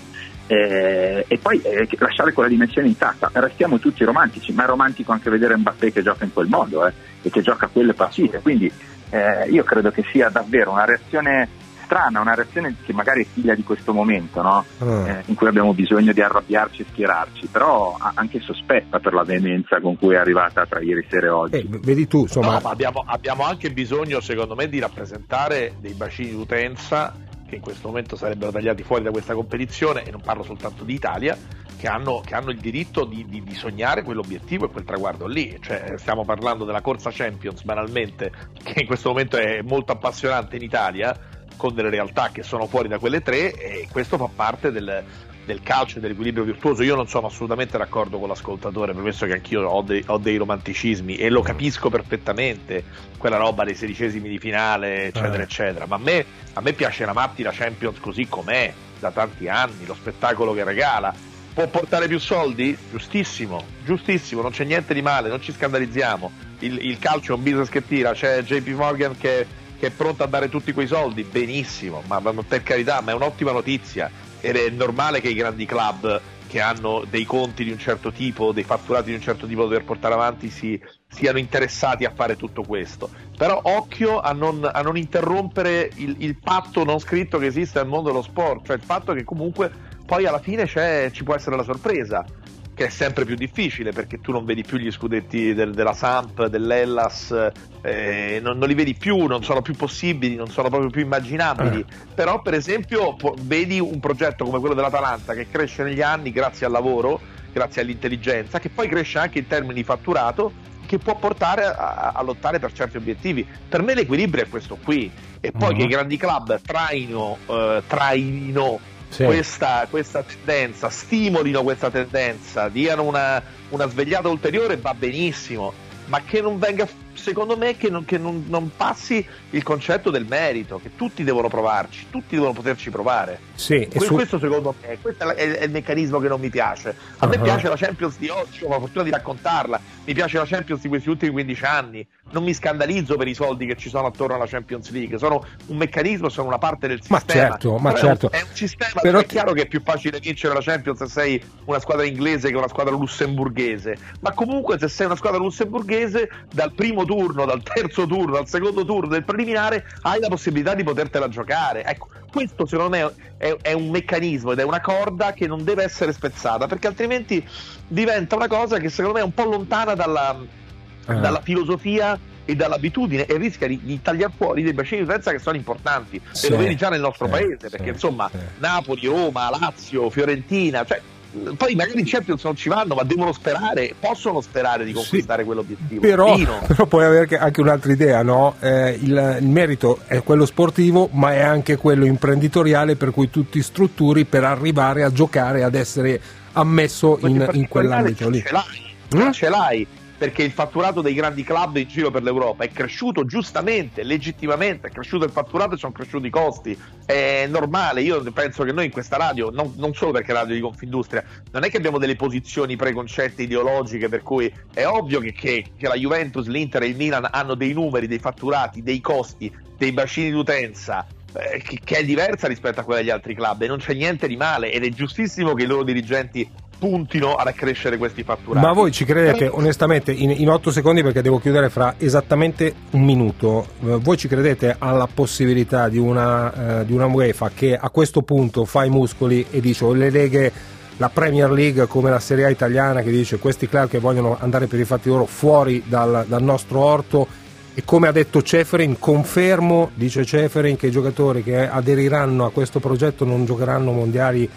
[SPEAKER 14] Eh, e poi eh, lasciare quella dimensione intatta. Restiamo tutti romantici, ma è romantico anche vedere Mbappé che gioca in quel modo eh, e che gioca quelle partite, quindi eh, io credo che sia davvero una reazione strana, una reazione che magari è figlia di questo momento, no? mm. eh, in cui abbiamo bisogno di arrabbiarci e schierarci, però anche sospetta per la veemenza con cui è arrivata tra ieri sera e oggi.
[SPEAKER 7] Eh, vedi tu, insomma,
[SPEAKER 9] no, ma abbiamo, abbiamo anche bisogno, secondo me, di rappresentare dei bacini d'utenza che in questo momento sarebbero tagliati fuori da questa competizione, e non parlo soltanto di Italia, che hanno, che hanno il diritto di, di, di sognare quell'obiettivo e quel traguardo lì. Cioè, stiamo parlando della corsa Champions, banalmente, che in questo momento è molto appassionante in Italia, con delle realtà che sono fuori da quelle tre, e questo fa parte del, del calcio e dell'equilibrio virtuoso. Io non sono assolutamente d'accordo con l'ascoltatore, per questo che anch'io ho dei, ho dei romanticismi e lo capisco perfettamente, quella roba dei sedicesimi di finale eccetera eh. eccetera, ma a me, a me piace la Matti, la Champions così com'è da tanti anni, lo spettacolo che regala. Può portare più soldi? Giustissimo, giustissimo, non c'è niente di male, non ci scandalizziamo. Il, il calcio è un business che tira, c'è J P Morgan che, che è pronto a dare tutti quei soldi, benissimo, ma, ma per carità, ma è un'ottima notizia, ed è normale che i grandi club che hanno dei conti di un certo tipo, dei fatturati di un certo tipo da dover portare avanti, si, siano interessati a fare tutto questo. Però occhio a non, a non interrompere il, il patto non scritto che esiste nel mondo dello sport, cioè il fatto che comunque poi alla fine c'è, ci può essere la sorpresa, che è sempre più difficile, perché tu non vedi più gli scudetti del, della Samp, dell'Hellas, eh, non, non li vedi più, non sono più possibili, non sono proprio più immaginabili. Eh. Però per esempio po- vedi un progetto come quello dell'Atalanta che cresce negli anni grazie al lavoro, grazie all'intelligenza, che poi cresce anche in termini di fatturato, che può portare a, a lottare per certi obiettivi. Per me l'equilibrio è questo qui, e poi uh-huh. che i grandi club traino, eh, traino Sì. Questa, questa tendenza, stimolino questa tendenza, diano una, una svegliata ulteriore, va benissimo, ma che non venga, secondo me, che non, che non, non passi il concetto del merito, che tutti devono provarci, tutti devono poterci provare.
[SPEAKER 7] Sì,
[SPEAKER 9] que-
[SPEAKER 7] su...
[SPEAKER 9] Questo secondo me, questo è, è il meccanismo che non mi piace. A uh-huh. me piace la Champions di oggi, ho la fortuna di raccontarla, mi piace la Champions di questi ultimi quindici anni, non mi scandalizzo per i soldi che ci sono attorno alla Champions League, sono un meccanismo, sono una parte del sistema.
[SPEAKER 7] Ma certo, ma
[SPEAKER 9] Però
[SPEAKER 7] certo.
[SPEAKER 9] È un sistema,
[SPEAKER 7] Però
[SPEAKER 9] è chiaro che è più facile vincere la Champions se sei una squadra inglese che una squadra lussemburghese, ma comunque se sei una squadra lussemburghese, dal primo turno, dal terzo turno, dal secondo turno del preliminare hai la possibilità di potertela giocare. Ecco, questo secondo me è, è un meccanismo ed è una corda che non deve essere spezzata, perché altrimenti diventa una cosa che secondo me è un po' lontana dalla, ah. dalla filosofia e dall'abitudine, e rischia di, di tagliare fuori dei bacini di utenza che sono importanti, sì, e lo vedi già nel nostro sì, paese, perché sì, insomma sì. Napoli, Roma, Lazio, Fiorentina, cioè poi magari in Champions non ci vanno, ma devono sperare, possono sperare di conquistare sì, quell'obiettivo.
[SPEAKER 7] Però, però puoi avere anche un'altra idea, no? Eh, il, il merito è quello sportivo, ma è anche quello imprenditoriale, per cui tu ti strutturi per arrivare a giocare, ad essere ammesso in, in quell'ambito lì.
[SPEAKER 9] Ce l'hai, mm? ce l'hai. Perché il fatturato dei grandi club in giro per l'Europa è cresciuto giustamente, legittimamente, è cresciuto il fatturato e sono cresciuti i costi, è normale. Io penso che noi in questa radio, non, non solo perché è radio di Confindustria, non è che abbiamo delle posizioni preconcette ideologiche, per cui è ovvio che, che, che la Juventus, l'Inter e il Milan hanno dei numeri, dei fatturati, dei costi, dei bacini d'utenza eh, che, che è diversa rispetto a quella degli altri club, e non c'è niente di male, ed è giustissimo che i loro dirigenti puntino ad accrescere questi fatturati.
[SPEAKER 7] Ma voi ci credete, onestamente, in, in otto secondi, perché devo chiudere fra esattamente un minuto, eh, voi ci credete alla possibilità di una, eh, di una UEFA che a questo punto fa i muscoli e dice, o le leghe, la Premier League come la Serie A italiana, che dice questi club che vogliono andare per i fatti loro fuori dal, dal nostro orto, e come ha detto Ceferin, confermo, dice Ceferin, che i giocatori che aderiranno a questo progetto non giocheranno mondiali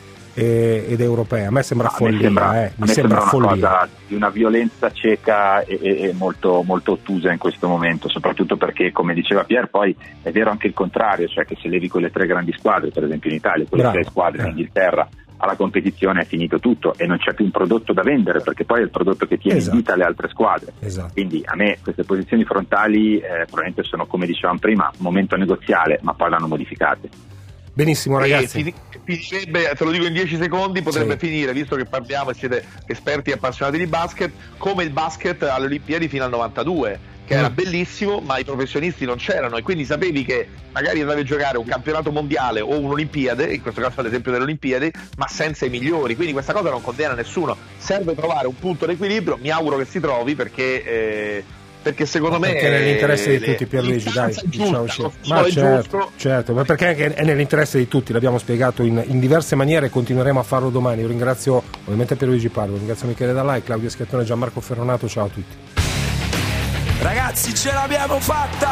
[SPEAKER 7] ed europea. A me sembra no, follia,
[SPEAKER 14] mi sembra,
[SPEAKER 7] eh. mi sembra,
[SPEAKER 14] sembra
[SPEAKER 7] una
[SPEAKER 14] follia.
[SPEAKER 7] Cosa
[SPEAKER 14] di una violenza cieca e, e, e molto, molto ottusa in questo momento, soprattutto perché, come diceva Pier, poi è vero anche il contrario, cioè che se levi quelle tre grandi squadre, per esempio in Italia, quelle Bravo. sei squadre eh. in Inghilterra, alla competizione è finito tutto e non c'è più un prodotto da vendere, perché poi è il prodotto che tiene esatto. in vita le altre squadre.
[SPEAKER 7] Esatto.
[SPEAKER 14] Quindi a me queste posizioni frontali eh, probabilmente sono, come dicevamo prima, un momento negoziale, ma poi vanno modificate.
[SPEAKER 7] Benissimo ragazzi,
[SPEAKER 9] e finirebbe, te lo dico in dieci secondi, potrebbe sì. finire, visto che parliamo e siete esperti e appassionati di basket, come il basket alle Olimpiadi fino al novantadue, che che era bellissimo, ma i professionisti non c'erano e quindi sapevi che magari andavi a giocare un campionato mondiale o un'Olimpiade, in questo caso ad esempio delle Olimpiadi, ma senza i migliori, quindi questa cosa non conviene a nessuno. Serve trovare un punto d'equilibrio, mi auguro che si trovi, perché eh, perché secondo me
[SPEAKER 7] perché è nell'interesse di tutti, Pierluigi, dai, diciamo, ma certo, certo, ma perché anche è nell'interesse di tutti, l'abbiamo spiegato in, in diverse maniere e continueremo a farlo domani. Io ringrazio ovviamente Pierluigi Pardo, ringrazio Michele Dallai, Claudio Schiattone e Gianmarco Ferronato, ciao a tutti.
[SPEAKER 15] Ragazzi, ce l'abbiamo fatta!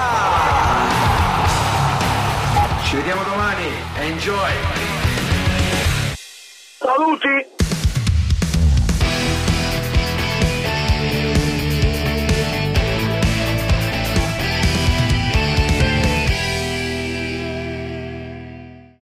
[SPEAKER 18] Ci vediamo domani, enjoy!
[SPEAKER 8] Saluti!